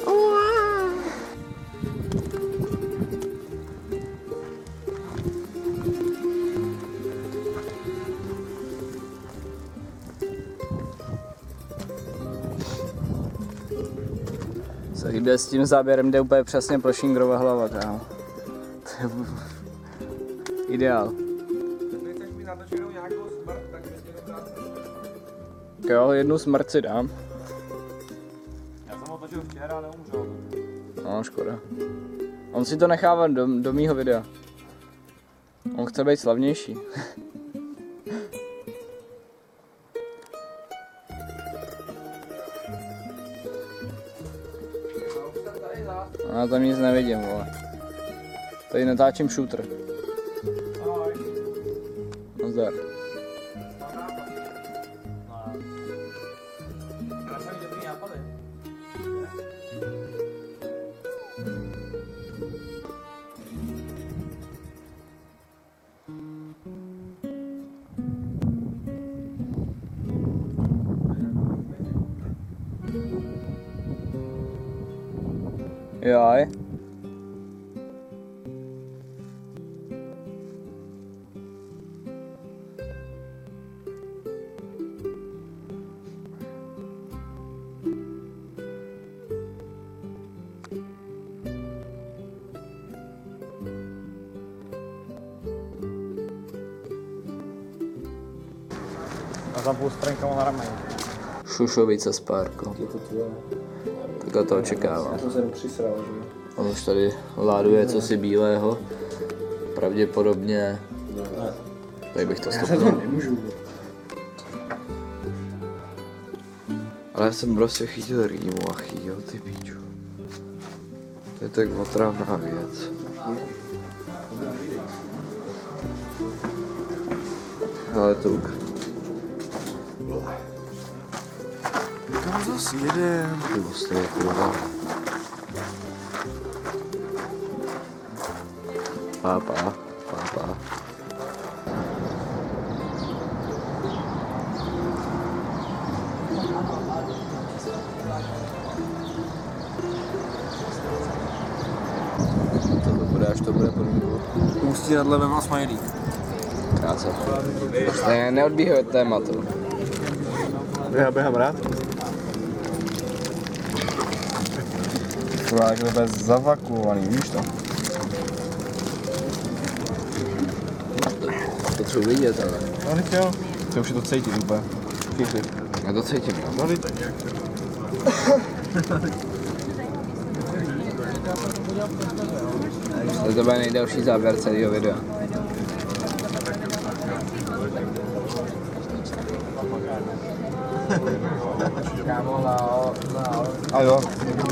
Co jde s tím záběrem, jde úplně přesně pro Schindlerova hlava, kámo. To je ideál. Jo, jednu smrt si dám.
Já jsem otočil včera a neumřel.
No, škoda. On si to nechává do, do mýho videa. On chce být slavnější. Já tam nic nevidím, vole. Tady natáčím shooter. Nazdar.
Jaj.
A tam půl s trenkama na rameni.
Šušovice z parku.
Je to tvoje.
Tak a to očekávám.
Já jsem se jenom přisral, že?
On už tady láduje cosi bílého. Pravděpodobně... Tady bych to stopnul.
Nemůžu.
Ale já jsem prostě chytil rýmu a chytil ty píču. To je tak otravná věc. Ale tuk. Kam zase jedem? Ty ostré kurva. Pápa, pápa.
To bude, až to bude podmínku.
Ústí nad Labem a Smajlík.
Krása. Ne, neodbíhej od tématu.
Já běhám rád.
To je vůbec zavakuovaný, víš to?
Potřebuji vidět, ale.
No teď jo. To už je to cítit úplně. Všichni.
Já to cítím, no.
No teď.
To bude nejdelší záběr celého videa.
A jo.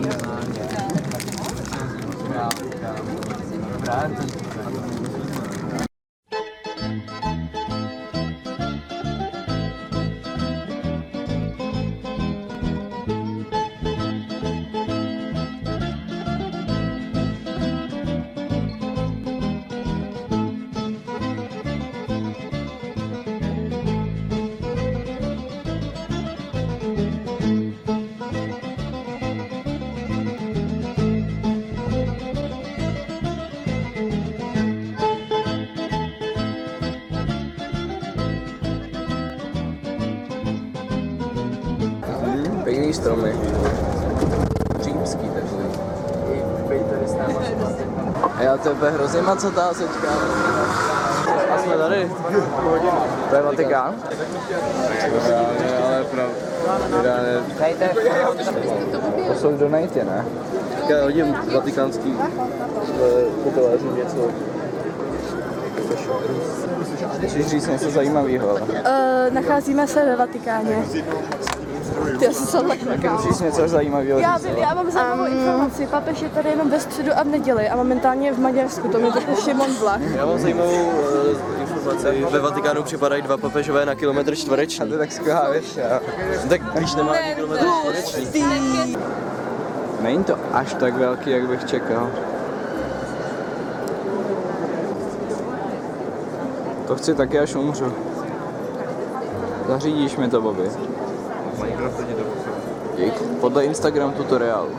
Pěkný stromy. Římský takový. A já to je úplně hrozně macatá sečka. A jsme tady. To je Vatikán?
Reálně, ale pravda. Reálně.
To jsou donaty, ne?
Tak já hodím vatikánský hoteláři něco.
Musíš říct něco zajímavého.
Uh, nacházíme se ve Vatikáně. Ty asi jsou tak
Taky musíš něco zajímavého
Já
říct.
vím, já mám zajímavou informaci. Papež je tady jenom ve středu a v neděli a momentálně je v Maďarsku, to mi řekl Šimon Vlach.
Já mám zajímavou uh, informaci. Ve Vatikánu připadají dva papežové na kilometr čtvereční.
To je tak skvělá věc, jo.
Tak když nemá ani kilometr čtvereční.
Není to až tak velký, jak bych čekal. To chci taky, až umřu. Zařídíš mi to, Bobby. Dík. Podle Instagram tutoriálu.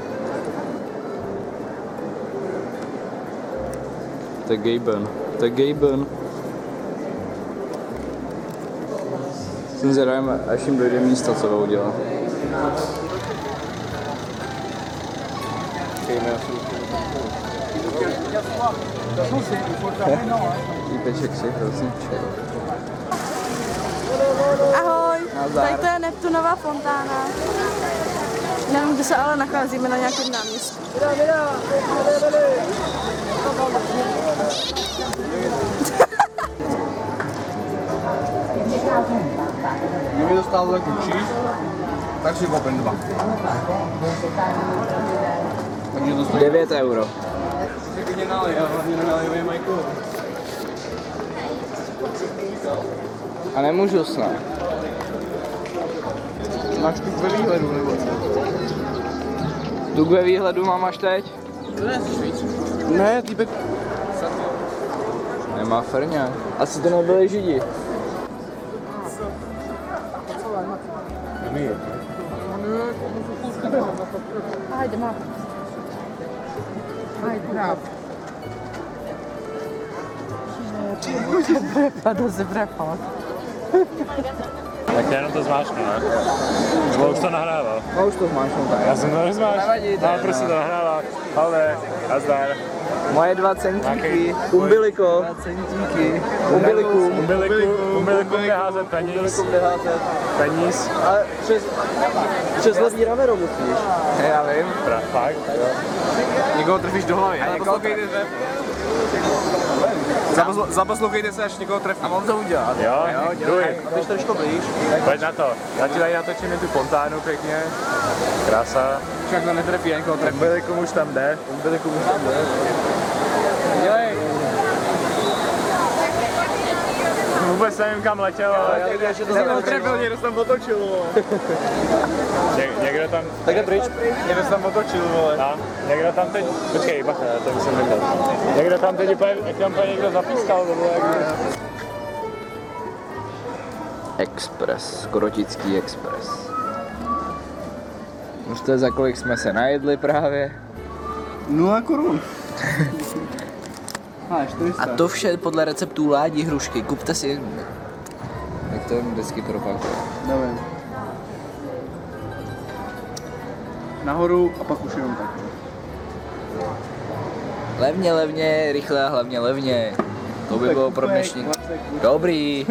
To je Gaben. To je Gaben. Jsem zvědavý, až jim dojde místa, co budou dělat. Lípeček si hrozně čel.
Ahoj,
Nazdar.
tady to je Neptunová fontána. Nevím, kde se ale nacházíme, na nějakém náměstí.
Kdyby dostal takový číš, tak si kopen dva. Takže to stojí.
devět euro.
Tak mě nalej, já hlavně nalejový Michael.
A nemůžu snad.
Máš tu ve výhledu nebo co?
Tu ve výhledu mám až teď?
Ne, týpek.
Nemá frňák. Asi to nebyli Židi.
Ahoj, jdeme.
Padl se brefat.
Tak jenom to zmáčknu, ne? Bo už to nahrává.
No už to zmáčknu tak.
Já jsem to nezmáčkl.
Nevadí, to
No,
je
prostě
no.
to nahrává. Ale, nazdar.
Moje dva centíky.
Umbiliko.
Dva centíky.
Umbiliku.
Umbiliku, umbiliku jde házet peníz.
Umbiliku jde házet.
Peníz.
Ale přes, přes levý rameno musíš.
Já vím.
Pra, fakt?
Někoho trefíš do hlavy. A poslouchejte se. Zaposl- Zaposlouchejte se, až někoho trefí.
A mám to udělat.
Jo, duj.
Když trošku blíž.
Pojď na to. Já ti tady natočím i tu fontánu pěkně. Krása.
Však to netrefí, někoho trefí.
Umbilikum už tam jde.
Umbiliku už tam jde.
Dělej.
Vůbec nevím, kam letěl, ale...
Já viděl, že to zatrefil, někdo se tam otočil.
Ně, někdo tam...
Takhle pryč. Někdo se tam otočil, vole.
No, někdo tam teď... Počkej, bacha, to musím nechat. Někdo tam teď úplně, tam úplně někdo zapískal, to bylo jak...
Express, Korotický Express. Už to je za kolik jsme se najedli právě.
Nula korun.
A to vše podle receptů Ládi Hrušky, kupte si jednu. Jak to vždycky propakuje.
Nevím. Nahoru a pak už jenom tak.
Levně, levně, rychle a hlavně levně. To by bylo pro dnešní. Dobrý.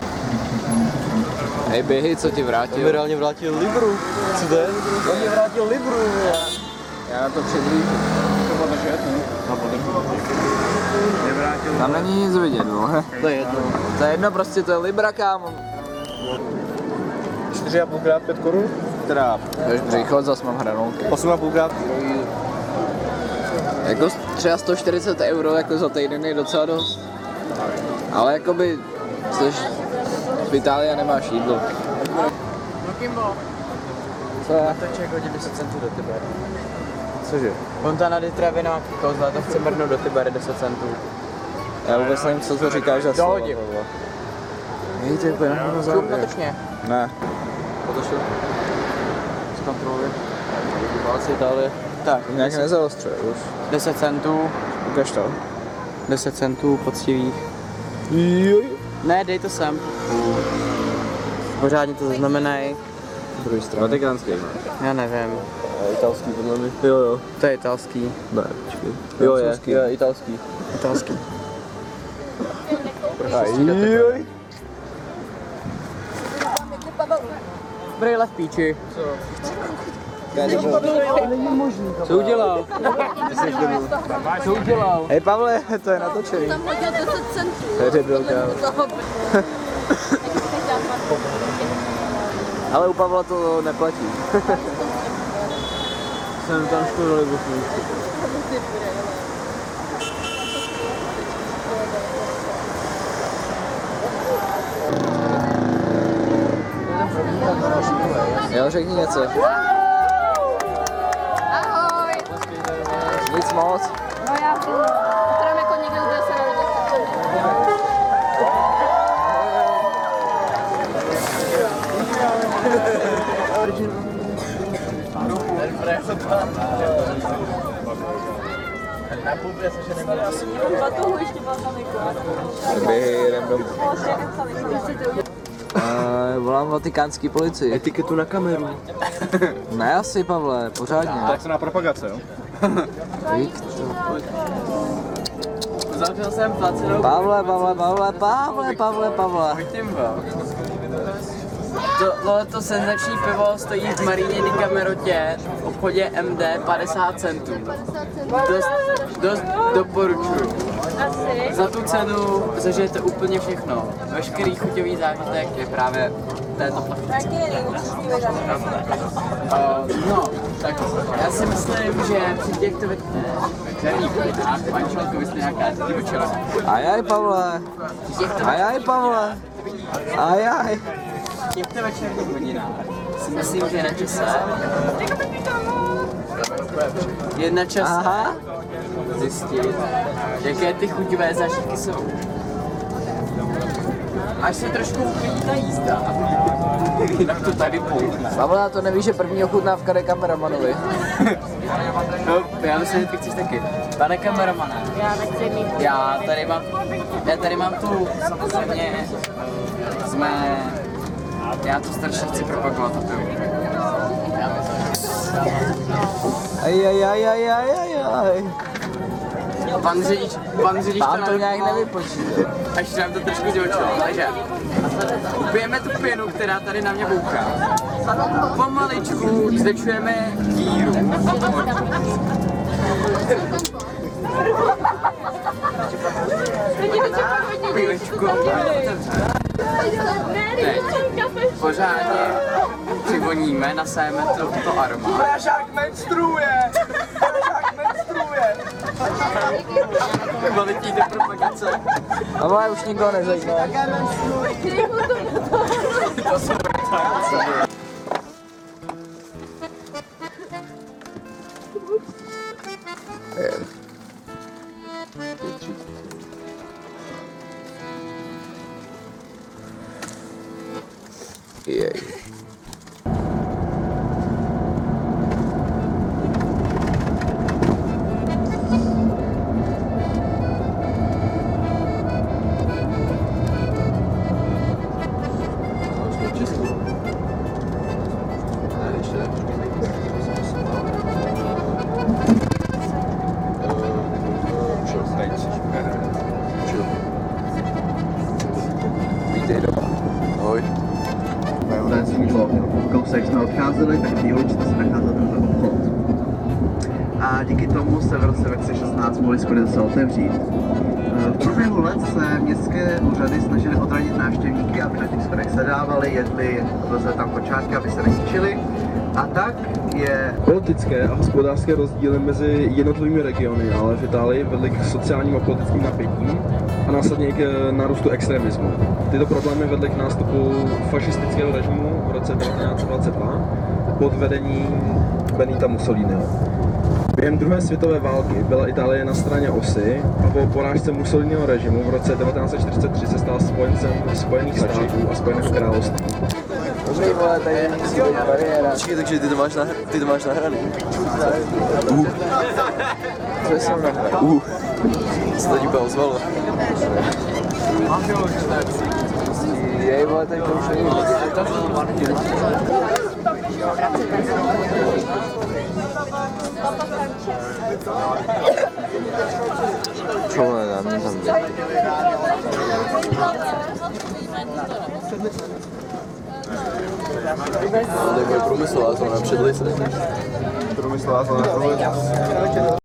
Hej, běhy, co ti vrátil?
Mi reálně vrátil libru. Co to je? On mi vrátil libru.
Já na to předlížím.
To bylo držet, ne? No, podržu.
Tam není nic vidět, vole.
To je jedno.
To je jedno, prostě to je libra, kámo.
čtyři a půl krát pět korun? Teda
To je břicho, zas mám hranolky.
osm a půl krát.
Jako třeba sto čtyřicet euro jako za týden je docela dost. Ale jakoby, jsi v Itálii a nemáš jídlo.
No Kimbo.
Co je?
Toček hodí deset centů do tebe.
Cože?
Fontana di Trevi na kouzla, to chce mrhnout do tebe deset centů.
Já vůbec nevím, co to říkáš za slova.
Dohodím.
Hej, to je úplně na
Zkup
závěr.
natočně.
Ne.
Potočil. Zkontroluji.
Válci Itálie.
Tak,
Nějak nezaostřuje už.
deset centů.
Ukaž to.
deset centů poctivých. Ne, dej to sem. Pořádně to zaznamenaj.
Druhý strany.
Vatikánský.
Já nevím.
Italský, podle mě. Jo, jo.
To je italský.
Ne, počkej. Jo, je, je italský.
Italský.
Joj.
Brejle v píči.
Co udělal? Co udělal? Hej Pavle, to je natočený.
Tam hodil deset centů.
To je debil, kámo. Ale u Pavla to neplatí.
Jsem tam skoro libu.
Jo, řekni něco.
Ahoj.
Nic moc.
No já vím. Potřebujeme jako někde, kde se narodil.
Běhej, jedem domů. Uh, volám vatikánský policii.
Etiketu na kameru.
Ne asi, Pavle, pořádně.
Tak se na propagace, jo?
Zavřel jsem placenou.
Pavle, Pavle, Pavle, Pavle, Pavle, Pavle.
To, tohleto senzační pivo stojí v Maríně di Camerotě v obchodě M D padesát centů. Dost, dost doporučuji. Za tu cenu zažijete úplně všechno. Veškerý chuťový zážitek je právě této plastice. Uh, no, tak já si myslím, že při těchto veřejných chutách manželko vysne nějaká divočela.
Ajaj, Pavle. Ajaj, Pavle. Ajaj.
V těchto večerních hodinách si myslím, že je na čase. Je na čase
Aha.
zjistit, jaké ty chuťové zážitky jsou. Až se trošku uklidí ta jízda. Tak to tady půl.
Pavla, to nevíš, že první ochutnávka jde kameramanovi.
No, já myslím, že ty chceš taky. Pane kameramane.
Já nechci mít.
Já tady mám, já tady mám tu, samozřejmě, jsme, já to strašně chci propagovat a piju.
Aj, aj, aj, aj, aj, aj, aj.
Pan řidič, pan řidič
Pán to
nám
nějak
dal-
nevypočítal.
Až nám to trošku zjočilo, takže upijeme tu pěnu, která tady na mě bouchá. Pomaličku zvětšujeme díru. Pivečku otevřeme. Teď pořádně přivoníme, nasajeme to, to aroma.
Pražák menstruuje! Pražák menstruuje!
Kvalitní do propagace.
Pavla, už nikdo nezajímá.
To jsou
Jej.
Vítej doma. Ahoj.
Kousek jsme odcházeli, tak v té uličce se nacházel tenhle obchod. A díky tomu se v roce dva tisíce šestnáct mohly schody zase otevřít. V průběhu let se městské úřady snažily odradit návštěvníky, aby na těch schodech sedávali, jedli, vlezli tam kočárky, aby se neníčili. A tak je
Politické a hospodářské rozdíly mezi jednotlivými regiony, ale v Itálii vedly k sociálním a politickým napětím a následně k nárůstu extremismu. Tyto problémy vedly k nástupu fašistického režimu v roce devatenáct set dvacet dva pod vedením Benita Mussoliniho. Během druhé světové války byla Itálie na straně osy a po porážce Mussoliniho režimu v roce devatenáct set čtyřicet tři se stala spojencem Spojených států a Spojeného království.
Dobrý, vole, tady musí být bariéra.
Počkej, takže ty to máš, nahr- ty to máš nahraný. Uh.
Co jsem nahral?
Uh. Se to ti úplně ozvalo.
Jej, vole, tady to už není.
Čo ne, já mě tam jde. To je můj průmyslová zóna, předli se.
Průmyslová zóna.